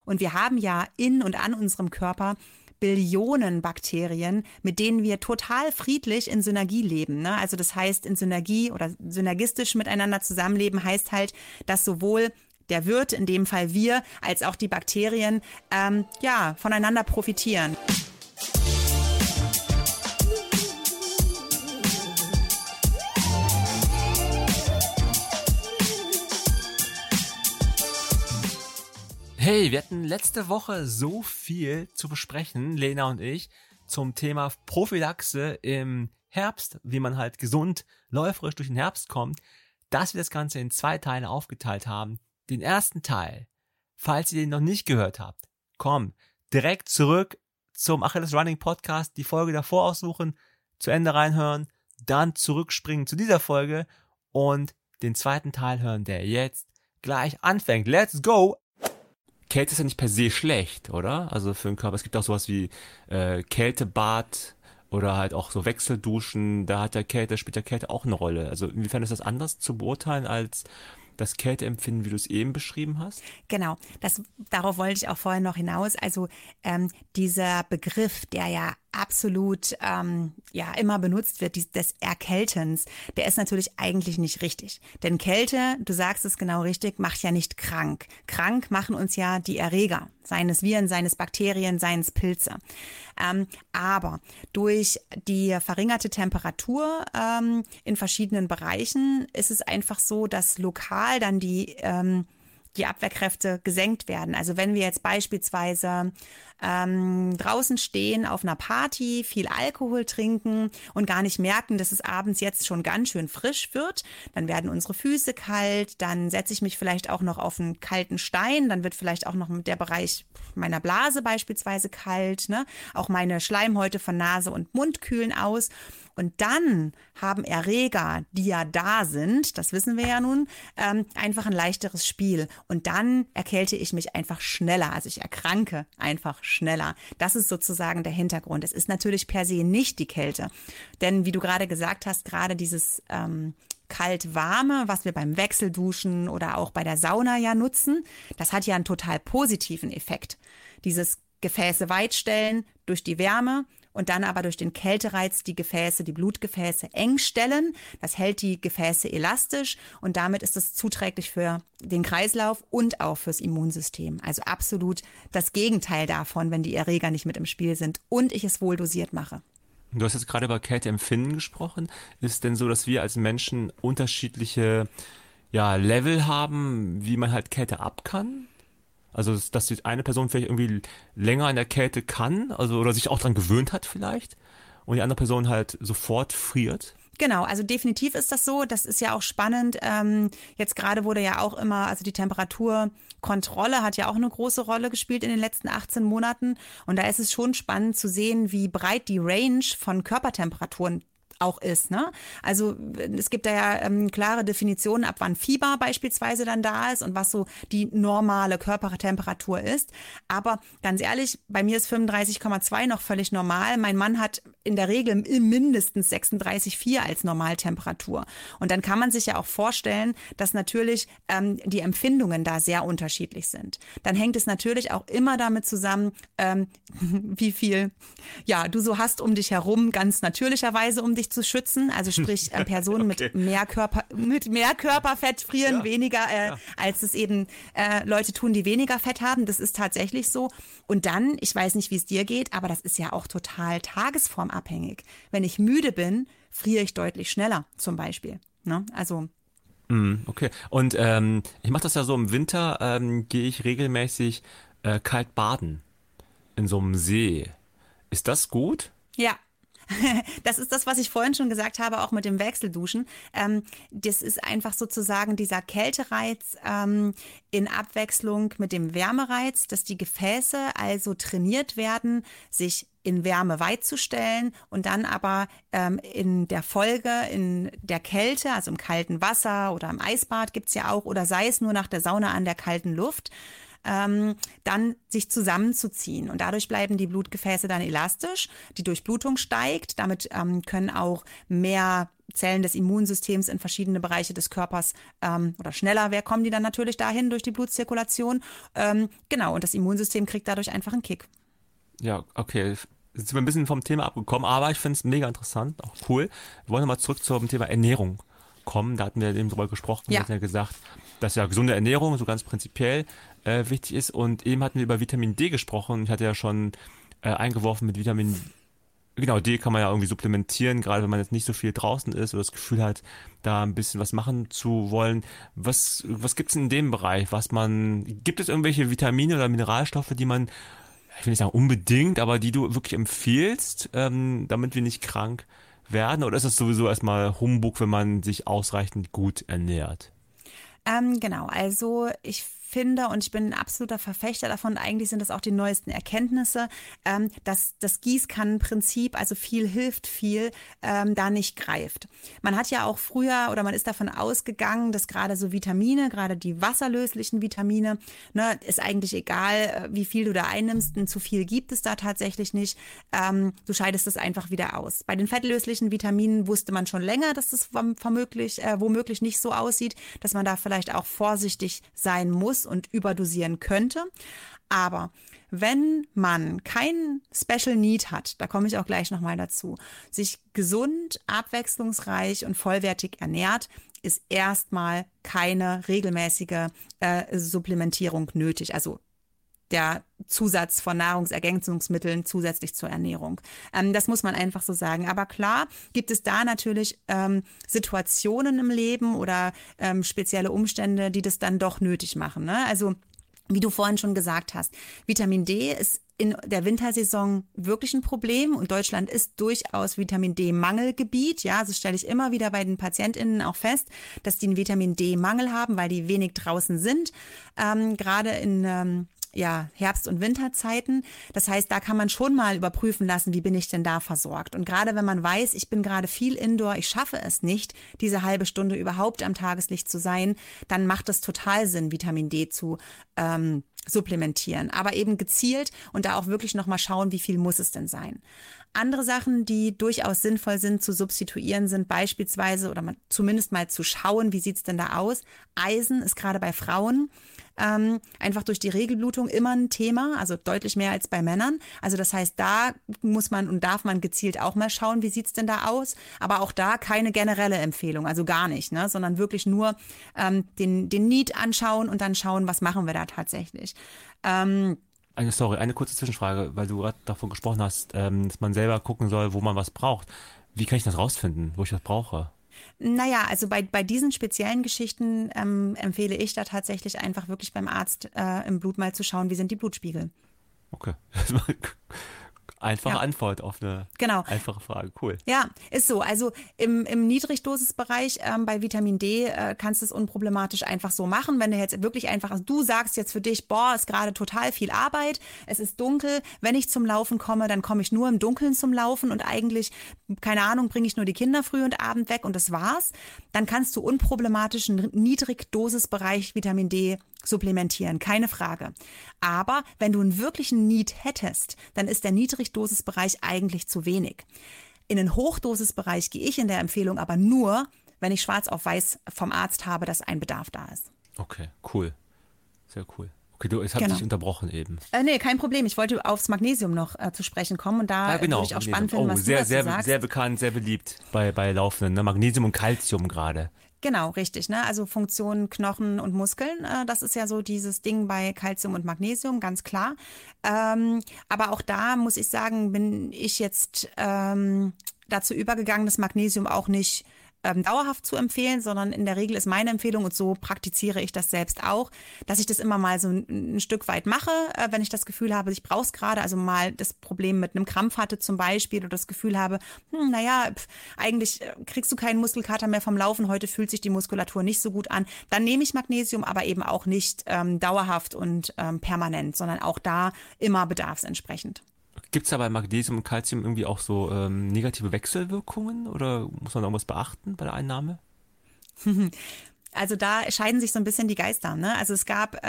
Und wir haben ja in und an unserem Körper Billionen Bakterien, mit denen wir total friedlich in Synergie leben. Ne? Also das heißt, in Synergie oder synergistisch miteinander zusammenleben heißt halt, dass sowohl der Wirt, in dem Fall wir, als auch die Bakterien, voneinander profitieren. Hey, wir hatten letzte Woche so viel zu besprechen, Lena und ich, zum Thema Prophylaxe im Herbst, wie man halt gesund, läuferisch durch den Herbst kommt, dass wir das Ganze in 2 Teile aufgeteilt haben. Den ersten Teil, falls ihr den noch nicht gehört habt, direkt zurück zum Achilles Running Podcast, die Folge davor aussuchen, zu Ende reinhören, dann zurückspringen zu dieser Folge und den zweiten Teil hören, der jetzt gleich anfängt. Let's go! Kälte ist ja nicht per se schlecht, oder? Also für den Körper. Es gibt auch sowas wie Kältebad oder halt auch so Wechselduschen. Da spielt der Kälte auch eine Rolle. Also inwiefern ist das anders zu beurteilen als das Kälteempfinden, wie du es eben beschrieben hast? Genau, darauf wollte ich auch vorhin noch hinaus. Also dieser Begriff, der ja absolut immer benutzt wird, des Erkältens, der ist natürlich eigentlich nicht richtig. Denn Kälte, du sagst es genau richtig, macht ja nicht krank. Krank machen uns ja die Erreger, seien es Viren, seien es Bakterien, seien es Pilze. Aber durch die verringerte Temperatur in verschiedenen Bereichen ist es einfach so, dass lokal dann die Abwehrkräfte gesenkt werden. Also wenn wir jetzt beispielsweise draußen stehen auf einer Party, viel Alkohol trinken und gar nicht merken, dass es abends jetzt schon ganz schön frisch wird, dann werden unsere Füße kalt, dann setze ich mich vielleicht auch noch auf einen kalten Stein, dann wird vielleicht auch noch der Bereich meiner Blase beispielsweise kalt, ne? Auch meine Schleimhäute von Nase und Mund kühlen aus. Und dann haben Erreger, die ja da sind, das wissen wir ja nun, einfach ein leichteres Spiel. Und dann erkälte ich mich einfach schneller, also ich erkranke einfach schneller. Das ist sozusagen der Hintergrund. Es ist natürlich per se nicht die Kälte. Denn wie du gerade gesagt hast, gerade dieses kalt-warme, was wir beim Wechselduschen oder auch bei der Sauna ja nutzen, das hat ja einen total positiven Effekt. Dieses Gefäße weitstellen durch die Wärme und dann aber durch den Kältereiz die Blutgefäße eng stellen. Das hält die Gefäße elastisch und damit ist es zuträglich für den Kreislauf und auch fürs Immunsystem. Also absolut das Gegenteil davon, wenn die Erreger nicht mit im Spiel sind und ich es wohl dosiert mache. Du hast jetzt gerade über Kälteempfinden gesprochen. Ist es denn so, dass wir als Menschen unterschiedliche Level haben, wie man halt Kälte ab kann? Also, dass die eine Person vielleicht irgendwie länger in der Kälte kann, also oder sich auch dran gewöhnt hat vielleicht und die andere Person halt sofort friert? Genau, also definitiv ist das so. Das ist ja auch spannend. Jetzt gerade wurde ja auch immer, also die Temperaturkontrolle hat ja auch eine große Rolle gespielt in den letzten 18 Monaten. Und da ist es schon spannend zu sehen, wie breit die Range von Körpertemperaturen auch ist, ne? Also es gibt da ja klare Definitionen, ab wann Fieber beispielsweise dann da ist und was so die normale Körpertemperatur ist. Aber ganz ehrlich, bei mir ist 35,2 noch völlig normal. Mein Mann hat in der Regel mindestens 36,4 als Normaltemperatur. Und dann kann man sich ja auch vorstellen, dass natürlich die Empfindungen da sehr unterschiedlich sind. Dann hängt es natürlich auch immer damit zusammen, wie viel du so hast um dich herum, ganz natürlicherweise um dich zu schützen, also sprich Personen Okay. mit mehr Körperfett frieren weniger, als es eben Leute tun, die weniger Fett haben. Das ist tatsächlich so. Und dann, ich weiß nicht, wie es dir geht, aber das ist ja auch total tagesformabhängig. Wenn ich müde bin, friere ich deutlich schneller zum Beispiel. Ne? Also Okay. Und ich mache das ja so im Winter, gehe ich regelmäßig kalt baden in so einem See. Ist das gut? ja. Das ist das, was ich vorhin schon gesagt habe, auch mit dem Wechselduschen. Das ist einfach sozusagen dieser Kältereiz in Abwechslung mit dem Wärmereiz, dass die Gefäße also trainiert werden, sich in Wärme weit zu stellen und dann aber in der Folge, in der Kälte, also im kalten Wasser oder im Eisbad gibt's ja auch, oder sei es nur nach der Sauna an der kalten Luft, dann sich zusammenzuziehen. Und dadurch bleiben die Blutgefäße dann elastisch, die Durchblutung steigt, damit können auch mehr Zellen des Immunsystems in verschiedene Bereiche des Körpers oder schneller, kommen die dann natürlich dahin durch die Blutzirkulation. Genau, und das Immunsystem kriegt dadurch einfach einen Kick. Ja, okay. Jetzt sind wir ein bisschen vom Thema abgekommen, aber ich finde es mega interessant, auch cool. Wir wollen nochmal zurück zum Thema Ernährung kommen. Da hatten wir eben drüber gesprochen. Wir hatten ja gesagt, dass ja gesunde Ernährung so ganz prinzipiell wichtig ist. Und eben hatten wir über Vitamin D gesprochen. Ich hatte ja schon eingeworfen mit Vitamin Genau, D kann man ja irgendwie supplementieren, gerade wenn man jetzt nicht so viel draußen ist oder das Gefühl hat, da ein bisschen was machen zu wollen. Was gibt's in dem Bereich? Gibt es irgendwelche Vitamine oder Mineralstoffe, die man, ich will nicht sagen unbedingt, aber die du wirklich empfiehlst, damit wir nicht krank werden? Oder ist das sowieso erstmal Humbug, wenn man sich ausreichend gut ernährt? Genau, also ich finde und ich bin ein absoluter Verfechter davon, eigentlich sind das auch die neuesten Erkenntnisse, dass das Gießkannenprinzip, also viel hilft viel, da nicht greift. Man hat ja auch früher oder man ist davon ausgegangen, dass gerade so Vitamine, gerade die wasserlöslichen Vitamine, ne, ist eigentlich egal, wie viel du da einnimmst, zu viel gibt es da tatsächlich nicht. Du scheidest es einfach wieder aus. Bei den fettlöslichen Vitaminen wusste man schon länger, dass das womöglich nicht so aussieht, dass man da vielleicht auch vorsichtig sein muss und überdosieren könnte. Aber wenn man keinen Special Need hat, da komme ich auch gleich nochmal dazu, sich gesund, abwechslungsreich und vollwertig ernährt, ist erstmal keine regelmäßige Supplementierung nötig. Also der Zusatz von Nahrungsergänzungsmitteln zusätzlich zur Ernährung. Das muss man einfach so sagen. Aber klar gibt es da natürlich Situationen im Leben oder spezielle Umstände, die das dann doch nötig machen. Ne? Also wie du vorhin schon gesagt hast, Vitamin D ist in der Wintersaison wirklich ein Problem und Deutschland ist durchaus Vitamin D-Mangelgebiet. Ja, das stelle ich immer wieder bei den PatientInnen auch fest, dass die einen Vitamin D-Mangel haben, weil die wenig draußen sind, gerade in Herbst- und Winterzeiten. Das heißt, da kann man schon mal überprüfen lassen, wie bin ich denn da versorgt. Und gerade wenn man weiß, ich bin gerade viel indoor, ich schaffe es nicht, diese halbe Stunde überhaupt am Tageslicht zu sein, dann macht es total Sinn, Vitamin D zu supplementieren. Aber eben gezielt und da auch wirklich nochmal schauen, wie viel muss es denn sein. Andere Sachen, die durchaus sinnvoll sind zu substituieren, sind beispielsweise oder zumindest mal zu schauen, wie sieht's denn da aus. Eisen ist gerade bei Frauen einfach durch die Regelblutung immer ein Thema, also deutlich mehr als bei Männern. Also das heißt, da muss man und darf man gezielt auch mal schauen, wie sieht's denn da aus. Aber auch da keine generelle Empfehlung, also gar nicht, ne? Sondern wirklich nur den Need anschauen und dann schauen, was machen wir da tatsächlich. Eine kurze Zwischenfrage, weil du gerade davon gesprochen hast, dass man selber gucken soll, wo man was braucht. Wie kann ich das rausfinden, wo ich das brauche? Naja, also bei diesen speziellen Geschichten empfehle ich da tatsächlich einfach wirklich beim Arzt im Blut mal zu schauen, wie sind die Blutspiegel. Okay. Einfache Antwort auf eine einfache Frage. Cool. Ja, ist so. Also im Niedrigdosisbereich bei Vitamin D kannst du es unproblematisch einfach so machen. Wenn du jetzt wirklich einfach, also du sagst jetzt für dich, boah, ist gerade total viel Arbeit, es ist dunkel. Wenn ich zum Laufen komme, dann komme ich nur im Dunkeln zum Laufen und eigentlich, keine Ahnung, bringe ich nur die Kinder früh und Abend weg und das war's. Dann kannst du unproblematisch einen Niedrigdosisbereich Vitamin D supplementieren, keine Frage. Aber wenn du einen wirklichen Need hättest, dann ist der Niedrigdosisbereich eigentlich zu wenig. In den Hochdosisbereich gehe ich in der Empfehlung aber nur, wenn ich schwarz auf weiß vom Arzt habe, dass ein Bedarf da ist. Okay, cool. Sehr cool. Okay, es hat dich unterbrochen eben. Nee, kein Problem. Ich wollte aufs Magnesium noch zu sprechen kommen und da würde ich auch spannend finden, was du dazu sagst. Sehr bekannt, sehr beliebt bei Laufenden, ne? Magnesium und Calcium gerade. Genau, richtig. Ne? Also Funktion Knochen und Muskeln, das ist ja so dieses Ding bei Calcium und Magnesium, ganz klar. Aber auch da muss ich sagen, bin ich jetzt dazu übergegangen, das Magnesium auch nicht dauerhaft zu empfehlen, sondern in der Regel ist meine Empfehlung, und so praktiziere ich das selbst auch, dass ich das immer mal so ein Stück weit mache, wenn ich das Gefühl habe, ich brauche es gerade, also mal das Problem mit einem Krampf hatte zum Beispiel oder das Gefühl habe, eigentlich kriegst du keinen Muskelkater mehr vom Laufen, heute fühlt sich die Muskulatur nicht so gut an, dann nehme ich Magnesium, aber eben auch nicht dauerhaft und permanent, sondern auch da immer bedarfsentsprechend. Gibt es da bei Magnesium und Calcium irgendwie auch so negative Wechselwirkungen oder muss man irgendwas beachten bei der Einnahme? Also da scheiden sich so ein bisschen die Geister. Ne? Also es gab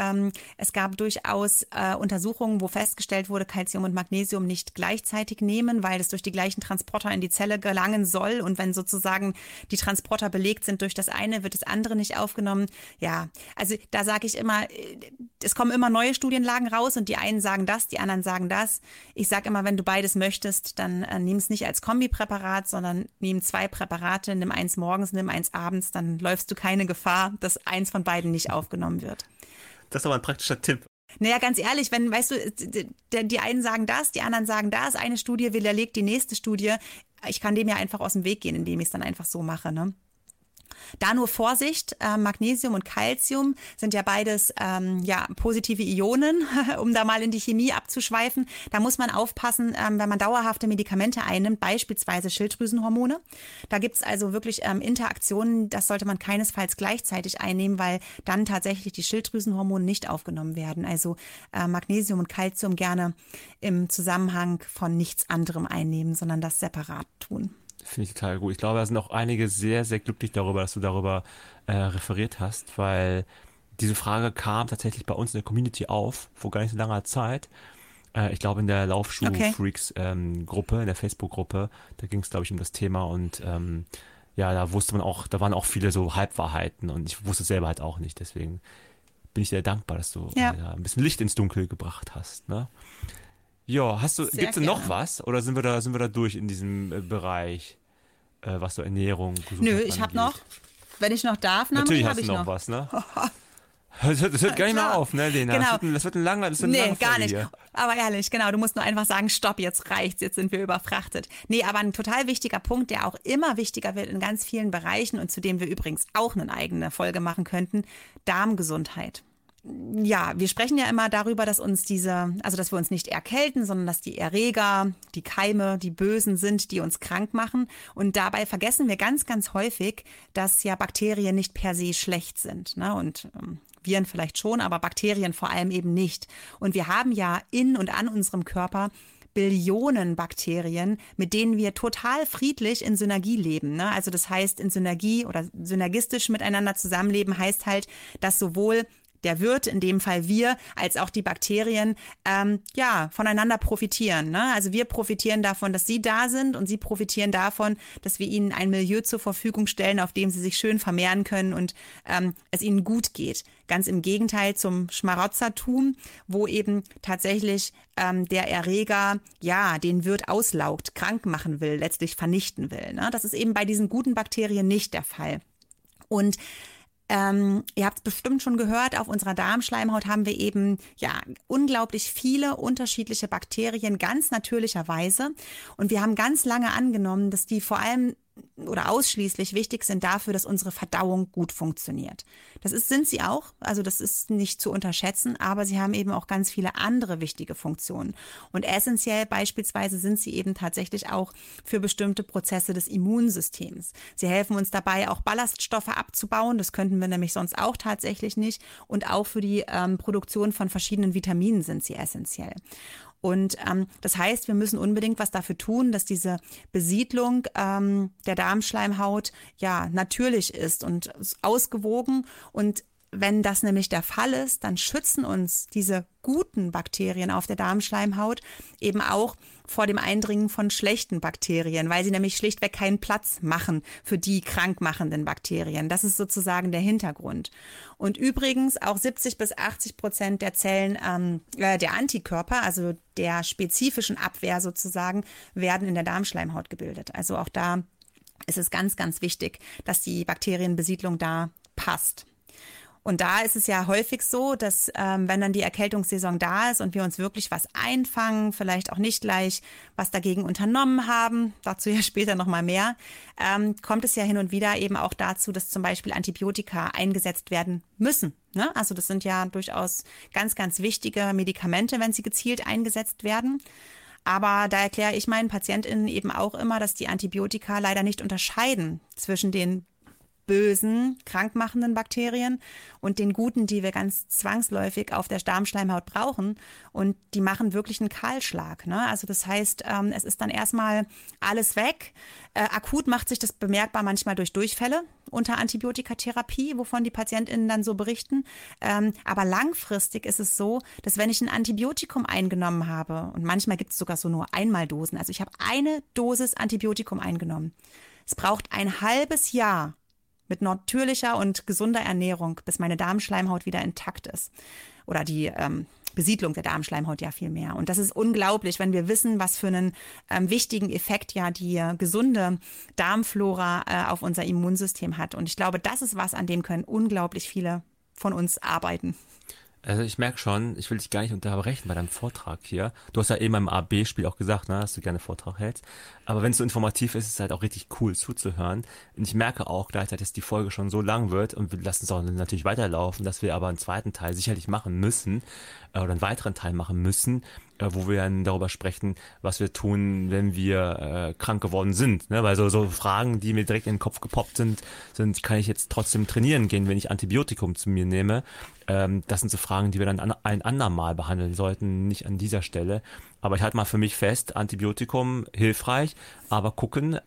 durchaus Untersuchungen, wo festgestellt wurde, Calcium und Magnesium nicht gleichzeitig nehmen, weil es durch die gleichen Transporter in die Zelle gelangen soll. Und wenn sozusagen die Transporter belegt sind durch das eine, wird das andere nicht aufgenommen. Ja, also da sage ich immer, es kommen immer neue Studienlagen raus und die einen sagen das, die anderen sagen das. Ich sage immer, wenn du beides möchtest, dann nimm es nicht als Kombipräparat, sondern nimm 2 Präparate, nimm eins morgens, nimm eins abends, dann läufst du keine Gefahr, dass eins von beiden nicht aufgenommen wird. Das ist aber ein praktischer Tipp. Naja, ganz ehrlich, weißt du, die einen sagen das, die anderen sagen das, eine Studie widerlegt die nächste Studie. Ich kann dem ja einfach aus dem Weg gehen, indem ich es dann einfach so mache, ne? Da nur Vorsicht, Magnesium und Calcium sind ja beides positive Ionen, um da mal in die Chemie abzuschweifen. Da muss man aufpassen, wenn man dauerhafte Medikamente einnimmt, beispielsweise Schilddrüsenhormone. Da gibt's also wirklich Interaktionen, das sollte man keinesfalls gleichzeitig einnehmen, weil dann tatsächlich die Schilddrüsenhormone nicht aufgenommen werden. Also Magnesium und Calcium gerne im Zusammenhang von nichts anderem einnehmen, sondern das separat tun. Finde ich total gut. Ich glaube, da sind auch einige sehr, sehr glücklich darüber, dass du darüber referiert hast, weil diese Frage kam tatsächlich bei uns in der Community auf, vor gar nicht so langer Zeit. Ich glaube, in der Laufschuh-Freaks-Gruppe, in der Facebook-Gruppe, da ging es, glaube ich, um das Thema und da wusste man auch, da waren auch viele so Halbwahrheiten und ich wusste es selber halt auch nicht. Deswegen bin ich sehr dankbar, dass du ein bisschen Licht ins Dunkel gebracht hast, ne? Ja, gibt's denn noch was? Oder sind wir da durch in diesem Bereich, was so Ernährung, Gesundheit Nö, ich habe noch, wenn ich noch darf, natürlich hast du noch was, ne? Das hört gar nicht mehr auf, ne, Lena? Genau. Das wird ein langer Nee, gar nicht. Hier. Aber ehrlich, genau, du musst nur einfach sagen, stopp, jetzt reicht's, jetzt sind wir überfrachtet. Nee, aber ein total wichtiger Punkt, der auch immer wichtiger wird in ganz vielen Bereichen und zu dem wir übrigens auch eine eigene Folge machen könnten, Darmgesundheit. Ja, wir sprechen ja immer darüber, dass dass wir uns nicht erkälten, sondern dass die Erreger, die Keime, die Bösen sind, die uns krank machen. Und dabei vergessen wir ganz, ganz häufig, dass ja Bakterien nicht per se schlecht sind, ne? Und Viren vielleicht schon, aber Bakterien vor allem eben nicht. Und wir haben ja in und an unserem Körper Billionen Bakterien, mit denen wir total friedlich in Synergie leben, ne? Also das heißt, in Synergie oder synergistisch miteinander zusammenleben heißt halt, dass sowohl der Wirt, in dem Fall wir, als auch die Bakterien, voneinander profitieren, ne? Also wir profitieren davon, dass sie da sind und sie profitieren davon, dass wir ihnen ein Milieu zur Verfügung stellen, auf dem sie sich schön vermehren können und es ihnen gut geht. Ganz im Gegenteil zum Schmarotzertum, wo eben tatsächlich der Erreger, den Wirt auslaugt, krank machen will, letztlich vernichten will, ne? Das ist eben bei diesen guten Bakterien nicht der Fall. Und ihr habt es bestimmt schon gehört, auf unserer Darmschleimhaut haben wir eben unglaublich viele unterschiedliche Bakterien, ganz natürlicherweise. Und wir haben ganz lange angenommen, dass die vor allem oder ausschließlich wichtig sind dafür, dass unsere Verdauung gut funktioniert. Sind sie auch, also das ist nicht zu unterschätzen, aber sie haben eben auch ganz viele andere wichtige Funktionen. Und essentiell beispielsweise sind sie eben tatsächlich auch für bestimmte Prozesse des Immunsystems. Sie helfen uns dabei, auch Ballaststoffe abzubauen, das könnten wir nämlich sonst auch tatsächlich nicht. Und auch für die Produktion von verschiedenen Vitaminen sind sie essentiell. Und das heißt, wir müssen unbedingt was dafür tun, dass diese Besiedlung der Darmschleimhaut natürlich ist und ausgewogen. Und wenn das nämlich der Fall ist, dann schützen uns diese guten Bakterien auf der Darmschleimhaut eben auch vor dem Eindringen von schlechten Bakterien, weil sie nämlich schlichtweg keinen Platz machen für die krankmachenden Bakterien. Das ist sozusagen der Hintergrund. Und übrigens auch 70-80% der Zellen der Antikörper, also der spezifischen Abwehr sozusagen, werden in der Darmschleimhaut gebildet. Also auch da ist es ganz, ganz wichtig, dass die Bakterienbesiedlung da passt. Und da ist es ja häufig so, dass wenn dann die Erkältungssaison da ist und wir uns wirklich was einfangen, vielleicht auch nicht gleich was dagegen unternommen haben, dazu ja später nochmal mehr, kommt es ja hin und wieder eben auch dazu, dass zum Beispiel Antibiotika eingesetzt werden müssen, ne? Also das sind ja durchaus ganz, ganz wichtige Medikamente, wenn sie gezielt eingesetzt werden. Aber da erkläre ich meinen PatientInnen eben auch immer, dass die Antibiotika leider nicht unterscheiden zwischen den bösen, krankmachenden Bakterien und den guten, die wir ganz zwangsläufig auf der Darmschleimhaut brauchen. Und die machen wirklich einen Kahlschlag. Ne? Also das heißt, es ist dann erstmal alles weg. Akut macht sich das bemerkbar manchmal durch Durchfälle unter Antibiotikatherapie, wovon die PatientInnen dann so berichten. Aber langfristig ist es so, dass wenn ich ein Antibiotikum eingenommen habe, und manchmal gibt es sogar so nur Einmaldosen, also ich habe eine Dosis Antibiotikum eingenommen. Es braucht ein halbes Jahr mit natürlicher und gesunder Ernährung, bis meine Darmschleimhaut wieder intakt ist. Oder die Besiedlung der Darmschleimhaut ja viel mehr. Und das ist unglaublich, wenn wir wissen, was für einen wichtigen Effekt ja die gesunde Darmflora auf unser Immunsystem hat. Und ich glaube, das ist was, an dem können unglaublich viele von uns arbeiten. Also ich merke schon, ich will dich gar nicht unterbrechen bei deinem Vortrag hier. Du hast ja eben beim A-B-Spiel auch gesagt, ne, dass du gerne Vortrag hältst. Aber wenn es so informativ ist, ist es halt auch richtig cool zuzuhören. Und ich merke auch gleichzeitig, dass die Folge schon so lang wird und wir lassen es auch natürlich weiterlaufen, dass wir aber einen zweiten Teil sicherlich machen müssen oder einen weiteren Teil machen müssen, wo wir dann darüber sprechen, was wir tun, wenn wir krank geworden sind. Ne? Weil so Fragen, die mir direkt in den Kopf gepoppt sind, kann ich jetzt trotzdem trainieren gehen, wenn ich Antibiotikum zu mir nehme? Das sind so Fragen, die wir dann ein andermal behandeln sollten, nicht an dieser Stelle. Aber ich halte mal für mich fest, Antibiotikum hilfreich, aber gucken,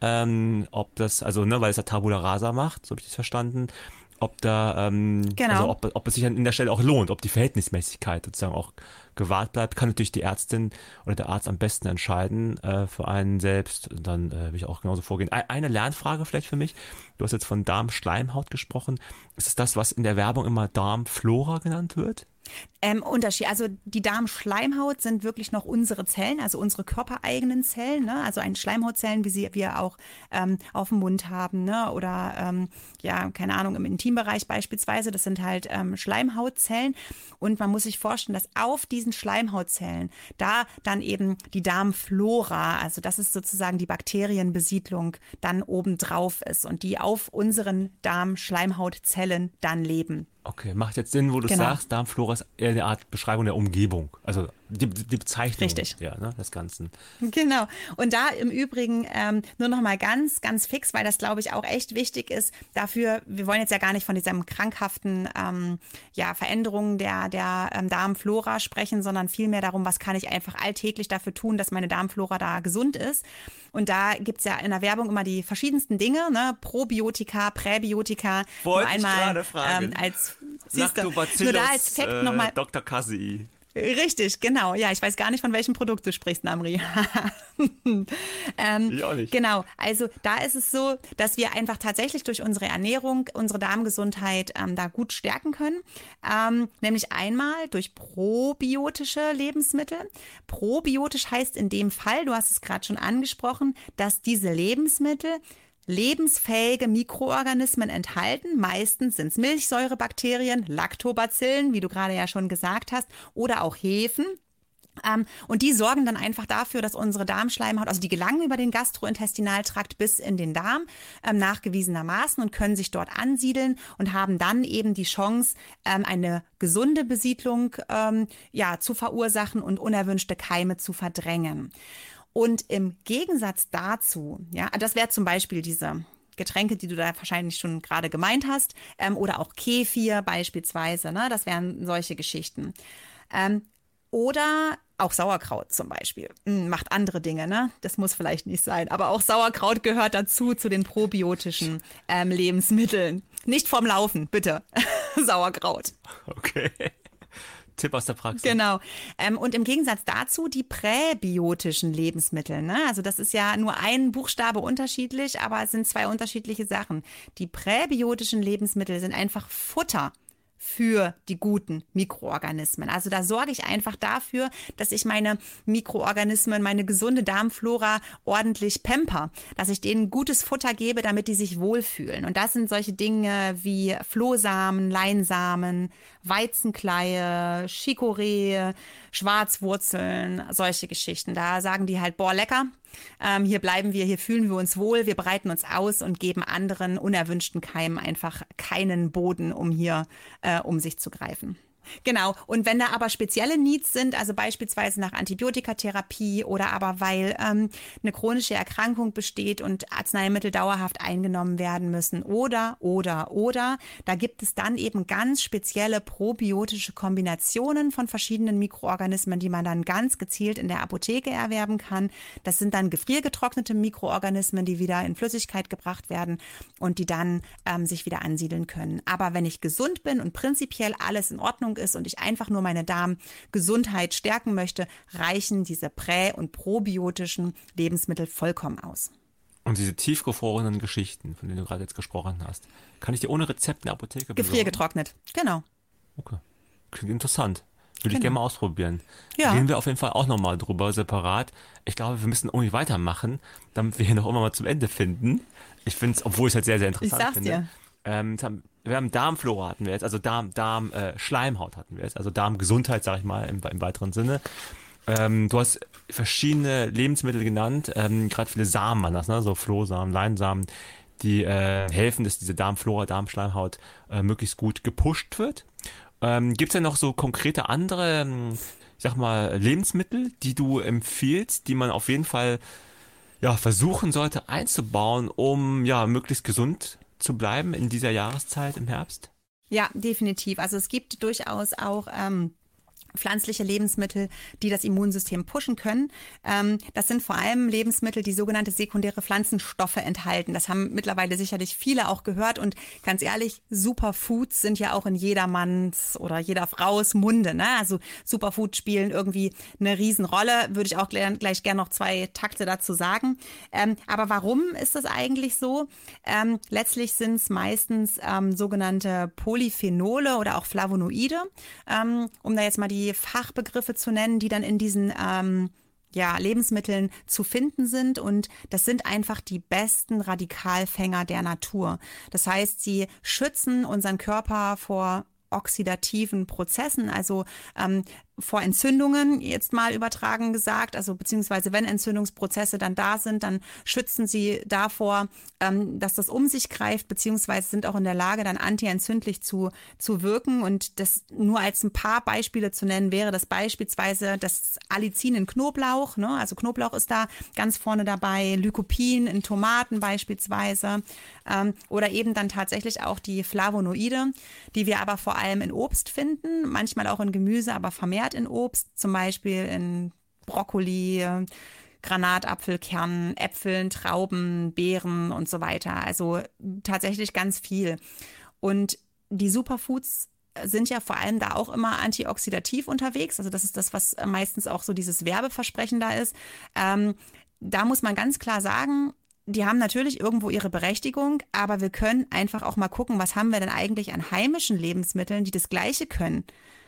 ob das, also ne, weil es ja Tabula Rasa macht, so habe ich das verstanden, ob da, Genau. also ob es sich an der Stelle auch lohnt, ob die Verhältnismäßigkeit sozusagen auch gewahrt bleibt, kann natürlich die Ärztin oder der Arzt am besten entscheiden für einen selbst. Und dann will ich auch genauso vorgehen. Eine Lernfrage vielleicht für mich. Du hast jetzt von Darmschleimhaut gesprochen. Ist es das, was in der Werbung immer Darmflora genannt wird? Unterschied. Also die Darmschleimhaut sind wirklich noch unsere Zellen, also unsere körpereigenen Zellen, ne? Also ein Schleimhautzellen, wie wir auch auf dem Mund haben, ne? Oder ja, keine Ahnung, im Intimbereich beispielsweise. Das sind halt Schleimhautzellen. Und man muss sich vorstellen, dass auf diesen Schleimhautzellen da dann eben die Darmflora, also das ist sozusagen die Bakterienbesiedlung, dann obendrauf ist und die auf unseren Darmschleimhautzellen dann leben. Okay, macht jetzt Sinn, wo du sagst, Darmflora ist eher eine Art Beschreibung der Umgebung, also die Bezeichnung des Ganzen. Genau. Und da im Übrigen nur noch mal ganz, ganz fix, weil das, glaube ich, auch echt wichtig ist dafür, wir wollen jetzt ja gar nicht von diesem krankhaften Veränderungen der Darmflora sprechen, sondern vielmehr darum, was kann ich einfach alltäglich dafür tun, dass meine Darmflora da gesund ist. Und da gibt's ja in der Werbung immer die verschiedensten Dinge, ne? Probiotika, Präbiotika. Wollte ich gerade fragen. Nur da als Fakt nochmal. Dr. Kasi. Richtig, genau. Ja, ich weiß gar nicht, von welchem Produkt du sprichst, Namri. Ich auch nicht. Genau, also da ist es so, dass wir einfach tatsächlich durch unsere Ernährung unsere Darmgesundheit da gut stärken können. Nämlich einmal durch probiotische Lebensmittel. Probiotisch heißt in dem Fall, du hast es gerade schon angesprochen, dass diese Lebensmittel lebensfähige Mikroorganismen enthalten. Meistens sind es Milchsäurebakterien, Lactobacillen, wie du gerade ja schon gesagt hast, oder auch Hefen. Und die sorgen dann einfach dafür, dass unsere Darmschleimhaut, also die gelangen über den Gastrointestinaltrakt bis in den Darm, nachgewiesenermaßen und können sich dort ansiedeln und haben dann eben die Chance, eine gesunde Besiedlung zu verursachen und unerwünschte Keime zu verdrängen. Und im Gegensatz dazu, ja, das wäre zum Beispiel diese Getränke, die du da wahrscheinlich schon gerade gemeint hast, oder auch Kefir beispielsweise, ne, das wären solche Geschichten. Oder auch Sauerkraut zum Beispiel. Macht andere Dinge, ne? Das muss vielleicht nicht sein. Aber auch Sauerkraut gehört dazu, zu den probiotischen Lebensmitteln. Nicht vorm Laufen, bitte. Sauerkraut. Okay. Tipp aus der Praxis. Genau. Und im Gegensatz dazu die präbiotischen Lebensmittel. Ne? Also das ist ja nur ein Buchstabe unterschiedlich, aber es sind zwei unterschiedliche Sachen. Die präbiotischen Lebensmittel sind einfach Futter für die guten Mikroorganismen. Also da sorge ich einfach dafür, dass ich meine Mikroorganismen, meine gesunde Darmflora ordentlich pamper, dass ich denen gutes Futter gebe, damit die sich wohlfühlen. Und das sind solche Dinge wie Flohsamen, Leinsamen, Weizenkleie, Chicorée, Schwarzwurzeln, solche Geschichten. Da sagen die halt, boah, lecker. Hier bleiben wir, hier fühlen wir uns wohl, wir bereiten uns aus und geben anderen unerwünschten Keimen einfach keinen Boden, um hier um sich zu greifen. Genau. Und wenn da aber spezielle Needs sind, also beispielsweise nach Antibiotikatherapie oder aber weil eine chronische Erkrankung besteht und Arzneimittel dauerhaft eingenommen werden müssen oder, da gibt es dann eben ganz spezielle probiotische Kombinationen von verschiedenen Mikroorganismen, die man dann ganz gezielt in der Apotheke erwerben kann. Das sind dann gefriergetrocknete Mikroorganismen, die wieder in Flüssigkeit gebracht werden und die dann sich wieder ansiedeln können. Aber wenn ich gesund bin und prinzipiell alles in Ordnung ist und ich einfach nur meine Darmgesundheit stärken möchte, reichen diese prä- und probiotischen Lebensmittel vollkommen aus. Und diese tiefgefrorenen Geschichten, von denen du gerade jetzt gesprochen hast, kann ich dir ohne Rezept in der Apotheke besorgen? Gefriergetrocknet, genau. Okay, klingt interessant. Würde ich Genau. gerne mal ausprobieren. Ja. Reden wir auf jeden Fall auch nochmal drüber, separat. Ich glaube, wir müssen irgendwie weitermachen, damit wir hier noch immer mal zum Ende finden. Ich finde es, obwohl ich es halt sehr, sehr interessant Ich sag's finde. dir. Wir haben Darmflora hatten wir jetzt, also Schleimhaut hatten wir jetzt, also Darmgesundheit, sag ich mal, im weiteren Sinne. Du hast verschiedene Lebensmittel genannt, gerade viele Samen waren das, ne? So Flohsamen, Leinsamen, die helfen, dass diese Darmflora, Darmschleimhaut möglichst gut gepusht wird. Gibt es denn noch so konkrete andere, ich sag mal, Lebensmittel, die du empfiehlst, die man auf jeden Fall versuchen sollte einzubauen, um möglichst gesund zu bleiben in dieser Jahreszeit im Herbst? Ja, definitiv. Also es gibt durchaus auch pflanzliche Lebensmittel, die das Immunsystem pushen können. Das sind vor allem Lebensmittel, die sogenannte sekundäre Pflanzenstoffe enthalten. Das haben mittlerweile sicherlich viele auch gehört. Und ganz ehrlich, Superfoods sind ja auch in jedermanns oder jeder Frau's Munde. Ne? Also Superfoods spielen irgendwie eine Riesenrolle. Würde ich auch gleich gerne noch 2 Takte dazu sagen. Aber warum ist das eigentlich so? Letztlich sind es meistens sogenannte Polyphenole oder auch Flavonoide, um da jetzt mal die Fachbegriffe zu nennen, die dann in diesen Lebensmitteln zu finden sind. Und das sind einfach die besten Radikalfänger der Natur. Das heißt, sie schützen unseren Körper vor oxidativen Prozessen, also vor Entzündungen, jetzt mal übertragen gesagt, also beziehungsweise wenn Entzündungsprozesse dann da sind, dann schützen sie davor, dass das um sich greift, beziehungsweise sind auch in der Lage, dann antientzündlich zu wirken. Und das nur als ein paar Beispiele zu nennen, wäre das beispielsweise das Allicin in Knoblauch, ne? Also Knoblauch ist da ganz vorne dabei, Lycopin in Tomaten beispielsweise, oder eben dann tatsächlich auch die Flavonoide, die wir aber vor allem in Obst finden, manchmal auch in Gemüse, aber vermehrt in Obst, zum Beispiel in Brokkoli, Granatapfelkernen, Äpfeln, Trauben, Beeren und so weiter. Also tatsächlich ganz viel. Und die Superfoods sind ja vor allem da auch immer antioxidativ unterwegs. Also das ist das, was meistens auch so dieses Werbeversprechen da ist. Da muss man ganz klar sagen, die haben natürlich irgendwo ihre Berechtigung, aber wir können einfach auch mal gucken, was haben wir denn eigentlich an heimischen Lebensmitteln, die das Gleiche können.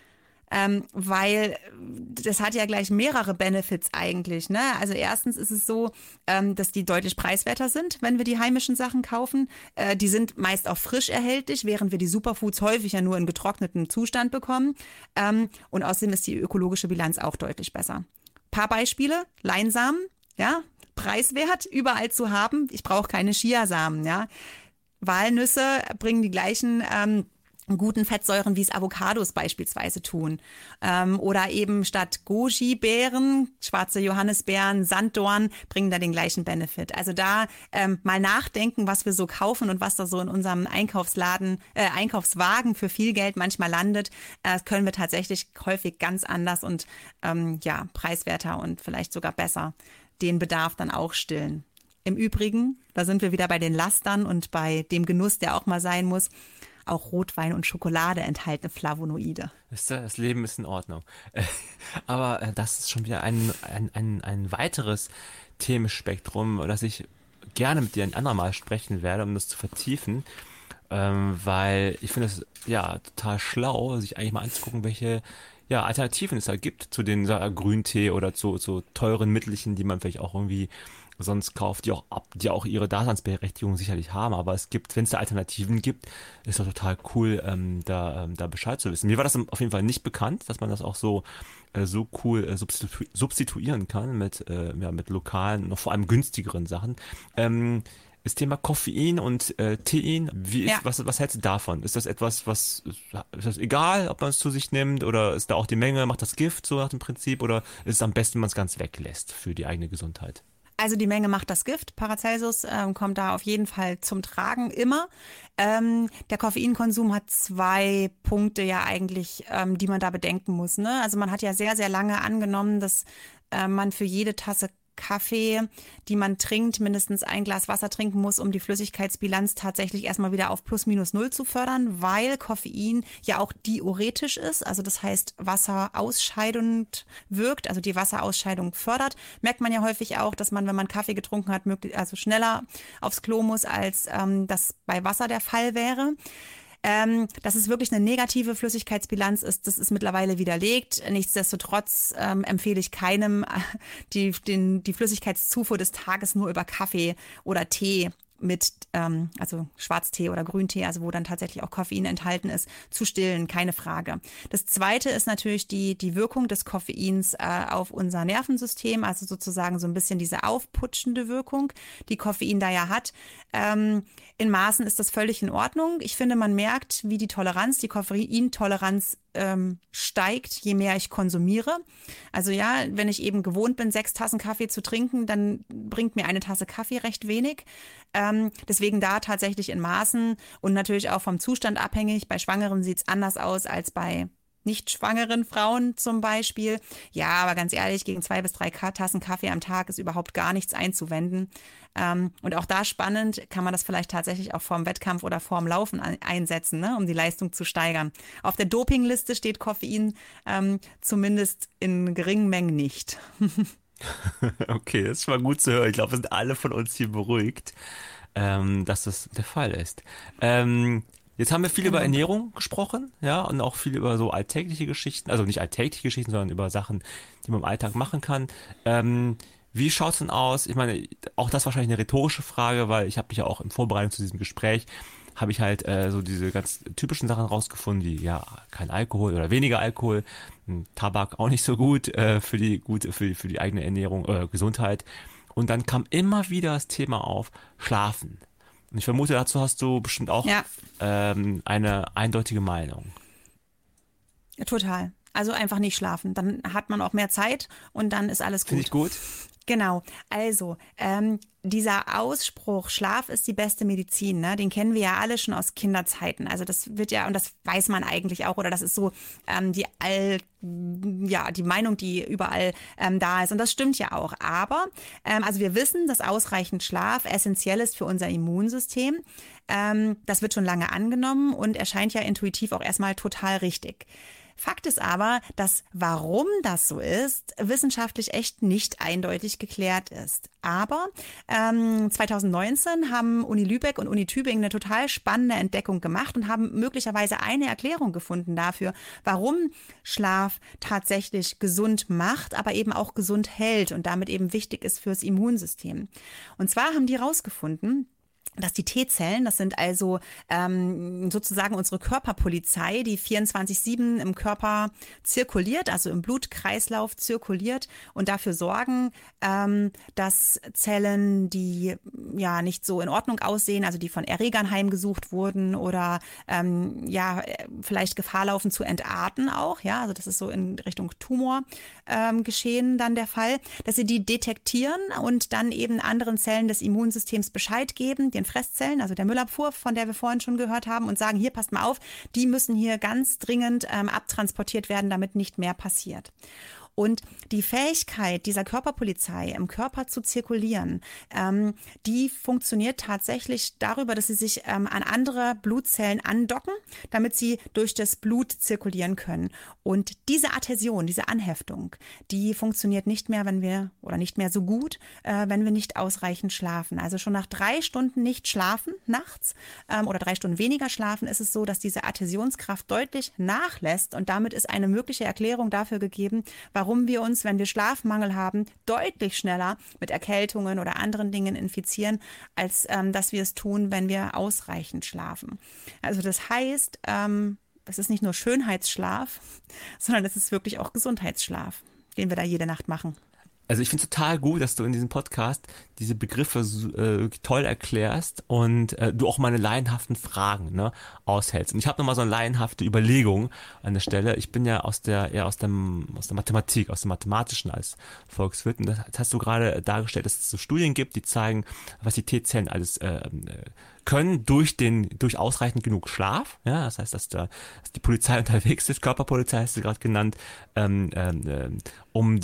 Weil das hat ja gleich mehrere Benefits eigentlich. Ne? Also erstens ist es so, dass die deutlich preiswerter sind, wenn wir die heimischen Sachen kaufen. Die sind meist auch frisch erhältlich, während wir die Superfoods häufig ja nur in getrocknetem Zustand bekommen. Und außerdem ist die ökologische Bilanz auch deutlich besser. Paar Beispiele: Leinsamen, ja, preiswert, überall zu haben. Ich brauche keine Chiasamen. Ja? Walnüsse bringen die gleichen guten Fettsäuren, wie es Avocados beispielsweise tun. Oder eben statt Goji-Beeren, schwarze Johannisbeeren, Sanddorn bringen da den gleichen Benefit. Also da mal nachdenken, was wir so kaufen und was da so in unserem Einkaufswagen für viel Geld manchmal landet, können wir tatsächlich häufig ganz anders und preiswerter und vielleicht sogar besser den Bedarf dann auch stillen. Im Übrigen, da sind wir wieder bei den Lastern und bei dem Genuss, der auch mal sein muss. Auch Rotwein und Schokolade enthalten Flavonoide. Das Leben ist in Ordnung. Aber das ist schon wieder ein weiteres Themenspektrum, das ich gerne mit dir ein andermal sprechen werde, um das zu vertiefen. Weil ich finde es total schlau, sich eigentlich mal anzugucken, welche Alternativen es da gibt zu den Grüntee oder zu teuren Mittelchen, die man vielleicht auch irgendwie sonst kauft, die auch ihre Daseinsberechtigung sicherlich haben, aber es gibt, wenn es da Alternativen gibt, ist doch total cool, da Bescheid zu wissen. Mir war das auf jeden Fall nicht bekannt, dass man das auch so cool substituieren kann mit lokalen, noch vor allem günstigeren Sachen. Das Thema Koffein und Tein, Ja. was hältst du davon? Ist das etwas, ist das egal, ob man es zu sich nimmt oder ist da auch die Menge, macht das Gift so nach dem Prinzip oder ist es am besten, wenn man es ganz weglässt für die eigene Gesundheit? Also die Menge macht das Gift. Paracelsus kommt da auf jeden Fall zum Tragen, immer. Der Koffeinkonsum hat 2 Punkte ja eigentlich, die man da bedenken muss. Ne? Also man hat ja sehr, sehr lange angenommen, dass man für jede Tasse Kaffee, die man trinkt, mindestens ein Glas Wasser trinken muss, um die Flüssigkeitsbilanz tatsächlich erstmal wieder auf plus minus null zu fördern, weil Koffein ja auch diuretisch ist, also das heißt wasserausscheidend wirkt, also die Wasserausscheidung fördert. Merkt man ja häufig auch, dass man, wenn man Kaffee getrunken hat, also schneller aufs Klo muss, als das bei Wasser der Fall wäre. Dass es wirklich eine negative Flüssigkeitsbilanz ist, das ist mittlerweile widerlegt. Nichtsdestotrotz empfehle ich keinem, die Flüssigkeitszufuhr des Tages nur über Kaffee oder Tee mit, also Schwarztee oder Grüntee, also wo dann tatsächlich auch Koffein enthalten ist, zu stillen, keine Frage. Das Zweite ist natürlich die Wirkung des Koffeins auf unser Nervensystem, also sozusagen so ein bisschen diese aufputschende Wirkung, die Koffein da ja hat. In Maßen ist das völlig in Ordnung. Ich finde, man merkt, wie die Koffeintoleranz steigt, je mehr ich konsumiere. Also ja, wenn ich eben gewohnt bin, 6 Tassen Kaffee zu trinken, dann bringt mir eine Tasse Kaffee recht wenig. Deswegen da tatsächlich in Maßen und natürlich auch vom Zustand abhängig. Bei Schwangeren sieht es anders aus als bei nicht schwangeren Frauen zum Beispiel. Ja, aber ganz ehrlich, gegen 2 bis 3 Tassen Kaffee am Tag ist überhaupt gar nichts einzuwenden. Und auch da spannend, kann man das vielleicht tatsächlich auch vorm Wettkampf oder vorm Laufen einsetzen, ne, um die Leistung zu steigern. Auf der Dopingliste steht Koffein zumindest in geringen Mengen nicht. Okay, das war gut zu hören. Ich glaube, wir sind alle von uns hier beruhigt, dass das der Fall ist. Jetzt haben wir viel über Ernährung gesprochen, ja, und auch viel über so alltägliche Geschichten, also nicht alltägliche Geschichten, sondern über Sachen, die man im Alltag machen kann. Wie schaut's denn aus? Ich meine, auch das ist wahrscheinlich eine rhetorische Frage, weil ich habe mich ja auch in Vorbereitung zu diesem Gespräch, habe ich halt so diese ganz typischen Sachen rausgefunden, wie ja, kein Alkohol oder weniger Alkohol, Tabak auch nicht so gut für die eigene Ernährung, Gesundheit. Und dann kam immer wieder das Thema auf Schlafen. Und ich vermute, dazu hast du bestimmt auch Ja. Eine eindeutige Meinung. Total. Also einfach nicht schlafen. Dann hat man auch mehr Zeit und dann ist alles Finde gut. ich gut. Genau, also dieser Ausspruch, Schlaf ist die beste Medizin, ne? Den kennen wir ja alle schon aus Kinderzeiten. Also das wird ja, und das weiß man eigentlich auch, oder das ist so die Meinung, die überall da ist. Und das stimmt ja auch. Aber also wir wissen, dass ausreichend Schlaf essentiell ist für unser Immunsystem. Das wird schon lange angenommen und erscheint ja intuitiv auch erstmal total richtig. Fakt ist aber, dass warum das so ist, wissenschaftlich echt nicht eindeutig geklärt ist. Aber 2019 haben Uni Lübeck und Uni Tübingen eine total spannende Entdeckung gemacht und haben möglicherweise eine Erklärung gefunden dafür, warum Schlaf tatsächlich gesund macht, aber eben auch gesund hält und damit eben wichtig ist fürs Immunsystem. Und zwar haben die herausgefunden, dass die T-Zellen, das sind also sozusagen unsere Körperpolizei, die 24/7 im Körper zirkuliert, also im Blutkreislauf zirkuliert und dafür sorgen, dass Zellen, die ja nicht so in Ordnung aussehen, also die von Erregern heimgesucht wurden oder vielleicht Gefahr laufen zu entarten auch, ja, also das ist so in Richtung Tumor geschehen dann der Fall, dass sie die detektieren und dann eben anderen Zellen des Immunsystems Bescheid geben, den Fresszellen, also der Müllabfuhr, von der wir vorhin schon gehört haben, und sagen, hier, passt mal auf, die müssen hier ganz dringend abtransportiert werden, damit nicht mehr passiert. Und die Fähigkeit dieser Körperpolizei im Körper zu zirkulieren, die funktioniert tatsächlich darüber, dass sie sich an andere Blutzellen andocken, damit sie durch das Blut zirkulieren können. Und diese Adhäsion, diese Anheftung, die funktioniert nicht mehr, nicht mehr so gut, wenn wir nicht ausreichend schlafen. Also schon nach 3 Stunden nicht schlafen nachts oder 3 Stunden weniger schlafen, ist es so, dass diese Adhäsionskraft deutlich nachlässt. Und damit ist eine mögliche Erklärung dafür gegeben, warum wir uns, wenn wir Schlafmangel haben, deutlich schneller mit Erkältungen oder anderen Dingen infizieren, als dass wir es tun, wenn wir ausreichend schlafen. Also das heißt, es ist nicht nur Schönheitsschlaf, sondern es ist wirklich auch Gesundheitsschlaf, den wir da jede Nacht machen. Also ich finde es total gut, dass du in diesem Podcast diese Begriffe toll erklärst und du auch meine laienhaften Fragen, ne, aushältst. Und ich habe nochmal so eine laienhafte Überlegung an der Stelle. Ich bin ja eher aus der Mathematik, aus dem Mathematischen als Volkswirt. Und das hast du gerade dargestellt, dass es so Studien gibt, die zeigen, was die T-Zellen alles können durch ausreichend genug Schlaf. Ja, das heißt, dass die Polizei unterwegs ist, Körperpolizei hast du gerade genannt, um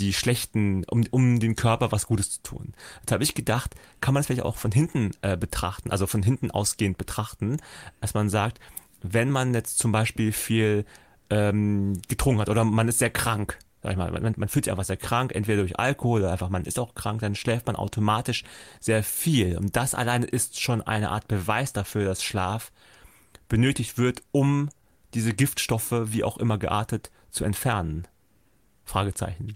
den Körper was Gutes zu tun. Jetzt habe ich gedacht, kann man das vielleicht auch von hinten betrachten, also von hinten ausgehend betrachten, dass man sagt, wenn man jetzt zum Beispiel viel getrunken hat oder man ist sehr krank, sag ich mal, man fühlt sich einfach sehr krank, entweder durch Alkohol oder einfach man ist auch krank, dann schläft man automatisch sehr viel. Und das alleine ist schon eine Art Beweis dafür, dass Schlaf benötigt wird, um diese Giftstoffe, wie auch immer geartet, zu entfernen. Fragezeichen.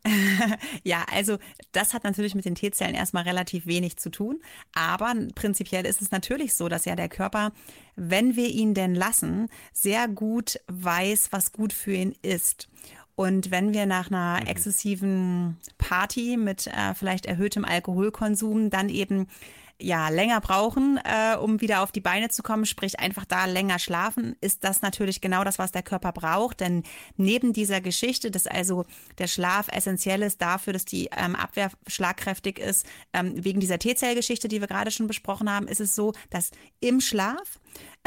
Ja, also das hat natürlich mit den T-Zellen erstmal relativ wenig zu tun, aber prinzipiell ist es natürlich so, dass ja der Körper, wenn wir ihn denn lassen, sehr gut weiß, was gut für ihn ist. Und wenn wir nach einer exzessiven Party mit vielleicht erhöhtem Alkoholkonsum dann eben länger brauchen, um wieder auf die Beine zu kommen, sprich einfach da länger schlafen, ist das natürlich genau das, was der Körper braucht. Denn neben dieser Geschichte, dass also der Schlaf essentiell ist dafür, dass die Abwehr schlagkräftig ist, wegen dieser T-Zell-Geschichte, die wir gerade schon besprochen haben, ist es so, dass im Schlaf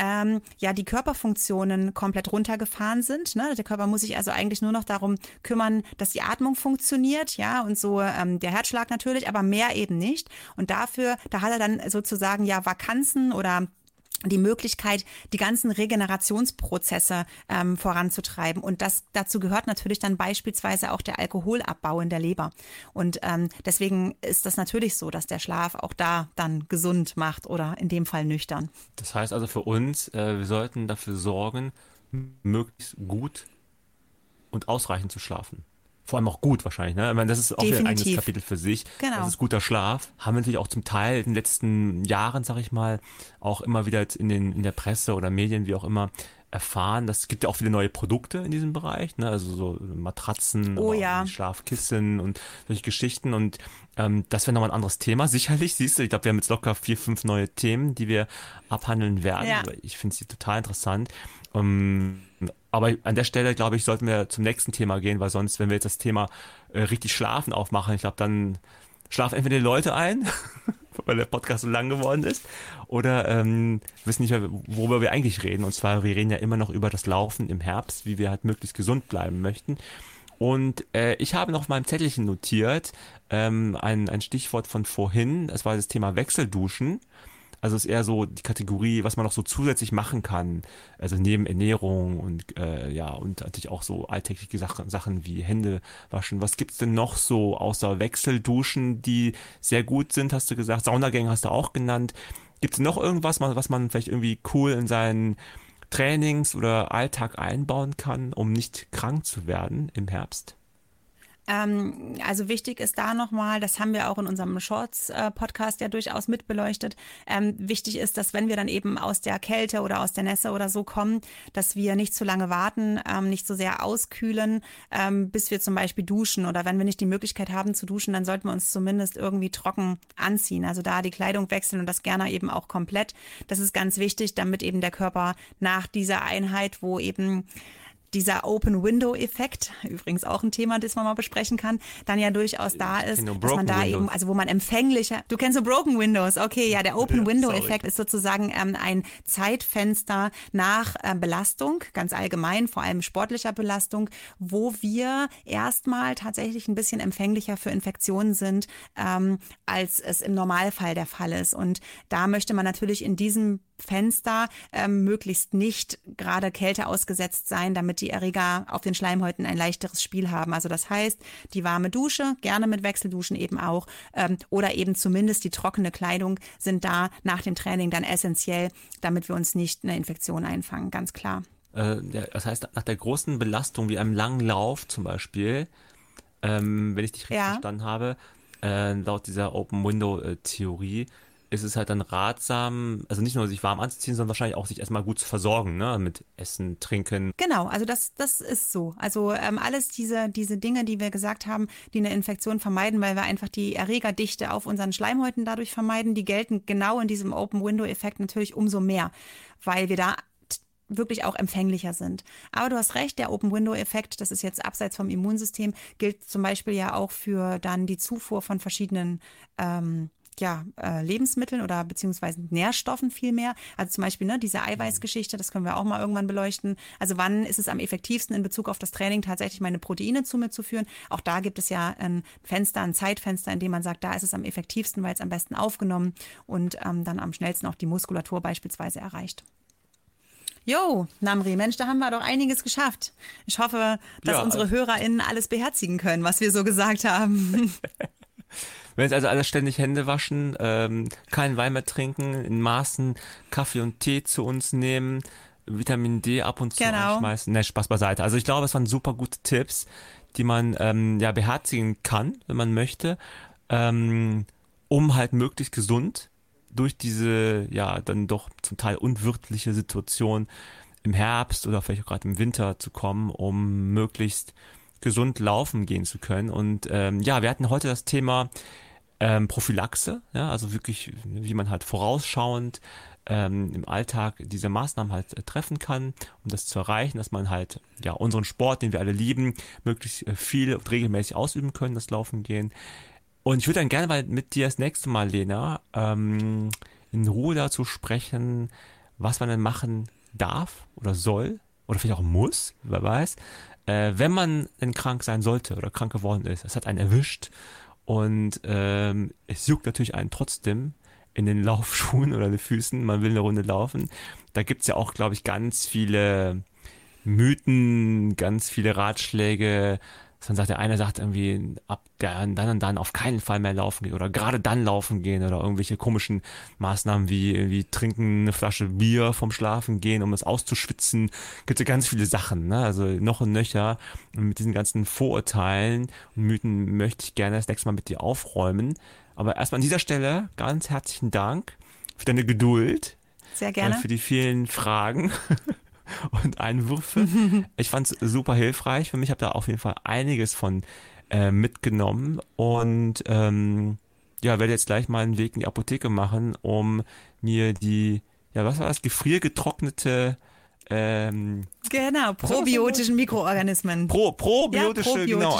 die Körperfunktionen komplett runtergefahren sind. Ne? Der Körper muss sich also eigentlich nur noch darum kümmern, dass die Atmung funktioniert, ja, und so der Herzschlag natürlich, aber mehr eben nicht. Und da hat er dann sozusagen Vakanzen oder die Möglichkeit, die ganzen Regenerationsprozesse voranzutreiben. Und dazu gehört natürlich dann beispielsweise auch der Alkoholabbau in der Leber. Und deswegen ist das natürlich so, dass der Schlaf auch da dann gesund macht oder in dem Fall nüchtern. Das heißt also für uns, wir sollten dafür sorgen, möglichst gut und ausreichend zu schlafen. Vor allem auch gut wahrscheinlich, ne? Ich meine, das ist auch wieder ein eigenes Kapitel für sich. Genau. Das ist guter Schlaf. Haben wir natürlich auch zum Teil in den letzten Jahren, sag ich mal, auch immer wieder in der Presse oder Medien, wie auch immer, erfahren. Es gibt ja auch viele neue Produkte in diesem Bereich, ne? Also so Matratzen, Schlafkissen und solche Geschichten. Und das wäre nochmal ein anderes Thema. Sicherlich, siehst du, ich glaube, wir haben jetzt locker 4, 5 neue Themen, die wir abhandeln werden. Ja. Aber ich finde sie total interessant. Aber an der Stelle, glaube ich, sollten wir zum nächsten Thema gehen, weil sonst, wenn wir jetzt das Thema richtig Schlafen aufmachen, ich glaube, dann schlafen entweder die Leute ein, weil der Podcast so lang geworden ist, oder wissen nicht mehr, worüber wir eigentlich reden. Und zwar, wir reden ja immer noch über das Laufen im Herbst, wie wir halt möglichst gesund bleiben möchten. Und ich habe noch auf meinem Zettelchen notiert, ein Stichwort von vorhin, das war das Thema Wechselduschen. Also es ist eher so die Kategorie, was man noch so zusätzlich machen kann. Also neben Ernährung und und natürlich auch so alltägliche Sachen wie Hände waschen. Was gibt's denn noch so außer Wechselduschen, die sehr gut sind, hast du gesagt? Saunagänge hast du auch genannt. Gibt's noch irgendwas, was man vielleicht irgendwie cool in seinen Trainings oder Alltag einbauen kann, um nicht krank zu werden im Herbst? Also wichtig ist da nochmal, das haben wir auch in unserem Shorts-Podcast ja durchaus mitbeleuchtet, wichtig ist, dass wenn wir dann eben aus der Kälte oder aus der Nässe oder so kommen, dass wir nicht zu lange warten, nicht so sehr auskühlen, bis wir zum Beispiel duschen, oder wenn wir nicht die Möglichkeit haben zu duschen, dann sollten wir uns zumindest irgendwie trocken anziehen, also da die Kleidung wechseln und das gerne eben auch komplett. Das ist ganz wichtig, damit eben der Körper nach dieser Einheit, wo eben dieser Open-Window-Effekt, übrigens auch ein Thema, das man mal besprechen kann, dann ja durchaus da ist, dass man da eben, also wo man empfänglicher, du kennst so Broken Windows, okay, ja, der Open-Window-Effekt ist sozusagen ein Zeitfenster nach Belastung, ganz allgemein, vor allem sportlicher Belastung, wo wir erstmal tatsächlich ein bisschen empfänglicher für Infektionen sind, als es im Normalfall der Fall ist. Und da möchte man natürlich in diesem Fenster möglichst nicht gerade Kälte ausgesetzt sein, damit die Erreger auf den Schleimhäuten ein leichteres Spiel haben. Also das heißt, die warme Dusche, gerne mit Wechselduschen eben auch, oder eben zumindest die trockene Kleidung sind da nach dem Training dann essentiell, damit wir uns nicht eine Infektion einfangen, ganz klar. Das heißt, nach der großen Belastung wie einem langen Lauf zum Beispiel, wenn ich dich richtig verstanden habe, laut dieser Open-Window-Theorie, ist es halt dann ratsam, also nicht nur sich warm anzuziehen, sondern wahrscheinlich auch sich erstmal gut zu versorgen, ne? Mit Essen, Trinken. Genau, also das ist so. Also alles diese Dinge, die wir gesagt haben, die eine Infektion vermeiden, weil wir einfach die Erregerdichte auf unseren Schleimhäuten dadurch vermeiden, die gelten genau in diesem Open-Window-Effekt natürlich umso mehr, weil wir da wirklich auch empfänglicher sind. Aber du hast recht, der Open-Window-Effekt, das ist jetzt abseits vom Immunsystem, gilt zum Beispiel ja auch für dann die Zufuhr von verschiedenen Lebensmitteln oder beziehungsweise Nährstoffen vielmehr. Also zum Beispiel diese Eiweißgeschichte, das können wir auch mal irgendwann beleuchten. Also wann ist es am effektivsten in Bezug auf das Training tatsächlich meine Proteine zu mir zu führen? Auch da gibt es ja ein Zeitfenster, in dem man sagt, da ist es am effektivsten, weil es am besten aufgenommen und dann am schnellsten auch die Muskulatur beispielsweise erreicht. Jo, Namri, Mensch, da haben wir doch einiges geschafft. Ich hoffe, dass unsere HörerInnen alles beherzigen können, was wir so gesagt haben. Wenn jetzt also alle ständig Hände waschen, keinen Wein mehr trinken, in Maßen Kaffee und Tee zu uns nehmen, Vitamin D ab und zu einschmeißen. Ne, Spaß beiseite. Also ich glaube, es waren super gute Tipps, die man beherzigen kann, wenn man möchte, um halt möglichst gesund durch diese dann doch zum Teil unwirtliche Situation im Herbst oder vielleicht auch gerade im Winter zu kommen, um möglichst gesund laufen gehen zu können. Und wir hatten heute das Thema Prophylaxe, also wirklich, wie man halt vorausschauend im Alltag diese Maßnahmen halt treffen kann, um das zu erreichen, dass man halt unseren Sport, den wir alle lieben, möglichst viel und regelmäßig ausüben können, das Laufen gehen. Und ich würde dann gerne mal mit dir das nächste Mal, Lena, in Ruhe dazu sprechen, was man denn machen darf oder soll oder vielleicht auch muss, wer weiß, wenn man denn krank sein sollte oder krank geworden ist. Es hat einen erwischt und es juckt natürlich einen trotzdem in den Laufschuhen oder den Füßen, man will eine Runde laufen. Da gibt's ja auch, glaube ich, ganz viele Mythen, ganz viele Ratschläge. Dann sagt der eine sagt irgendwie ab dann und dann auf keinen Fall mehr laufen gehen oder gerade dann laufen gehen oder irgendwelche komischen Maßnahmen wie irgendwie trinken eine Flasche Bier vom Schlafen gehen, um es auszuschwitzen. Gibt ja ganz viele Sachen, ne? Also noch und nöcher. Und mit diesen ganzen Vorurteilen und Mythen möchte ich gerne das nächste Mal mit dir aufräumen. Aber erstmal an dieser Stelle ganz herzlichen Dank für deine Geduld. Sehr gerne. Für die vielen Fragen. Und Einwürfe. Ich fand es super hilfreich. Für mich habe da auf jeden Fall einiges von mitgenommen und werde jetzt gleich mal einen Weg in die Apotheke machen, um mir die, was war das, gefriergetrocknete probiotischen Mikroorganismen. Probiotische, genau,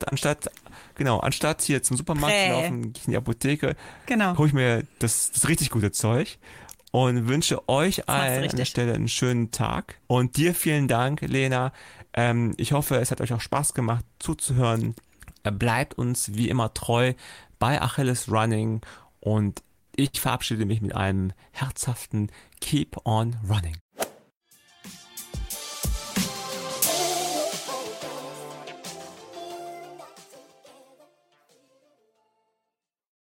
anstatt hier zum Supermarkt zu laufen, gehe ich in die Apotheke, hole ich mir das richtig gute Zeug. Und wünsche euch allen an der Stelle einen schönen Tag. Und dir vielen Dank, Lena. Ich hoffe, es hat euch auch Spaß gemacht zuzuhören. Bleibt uns wie immer treu bei Achilles Running. Und ich verabschiede mich mit einem herzhaften Keep on Running.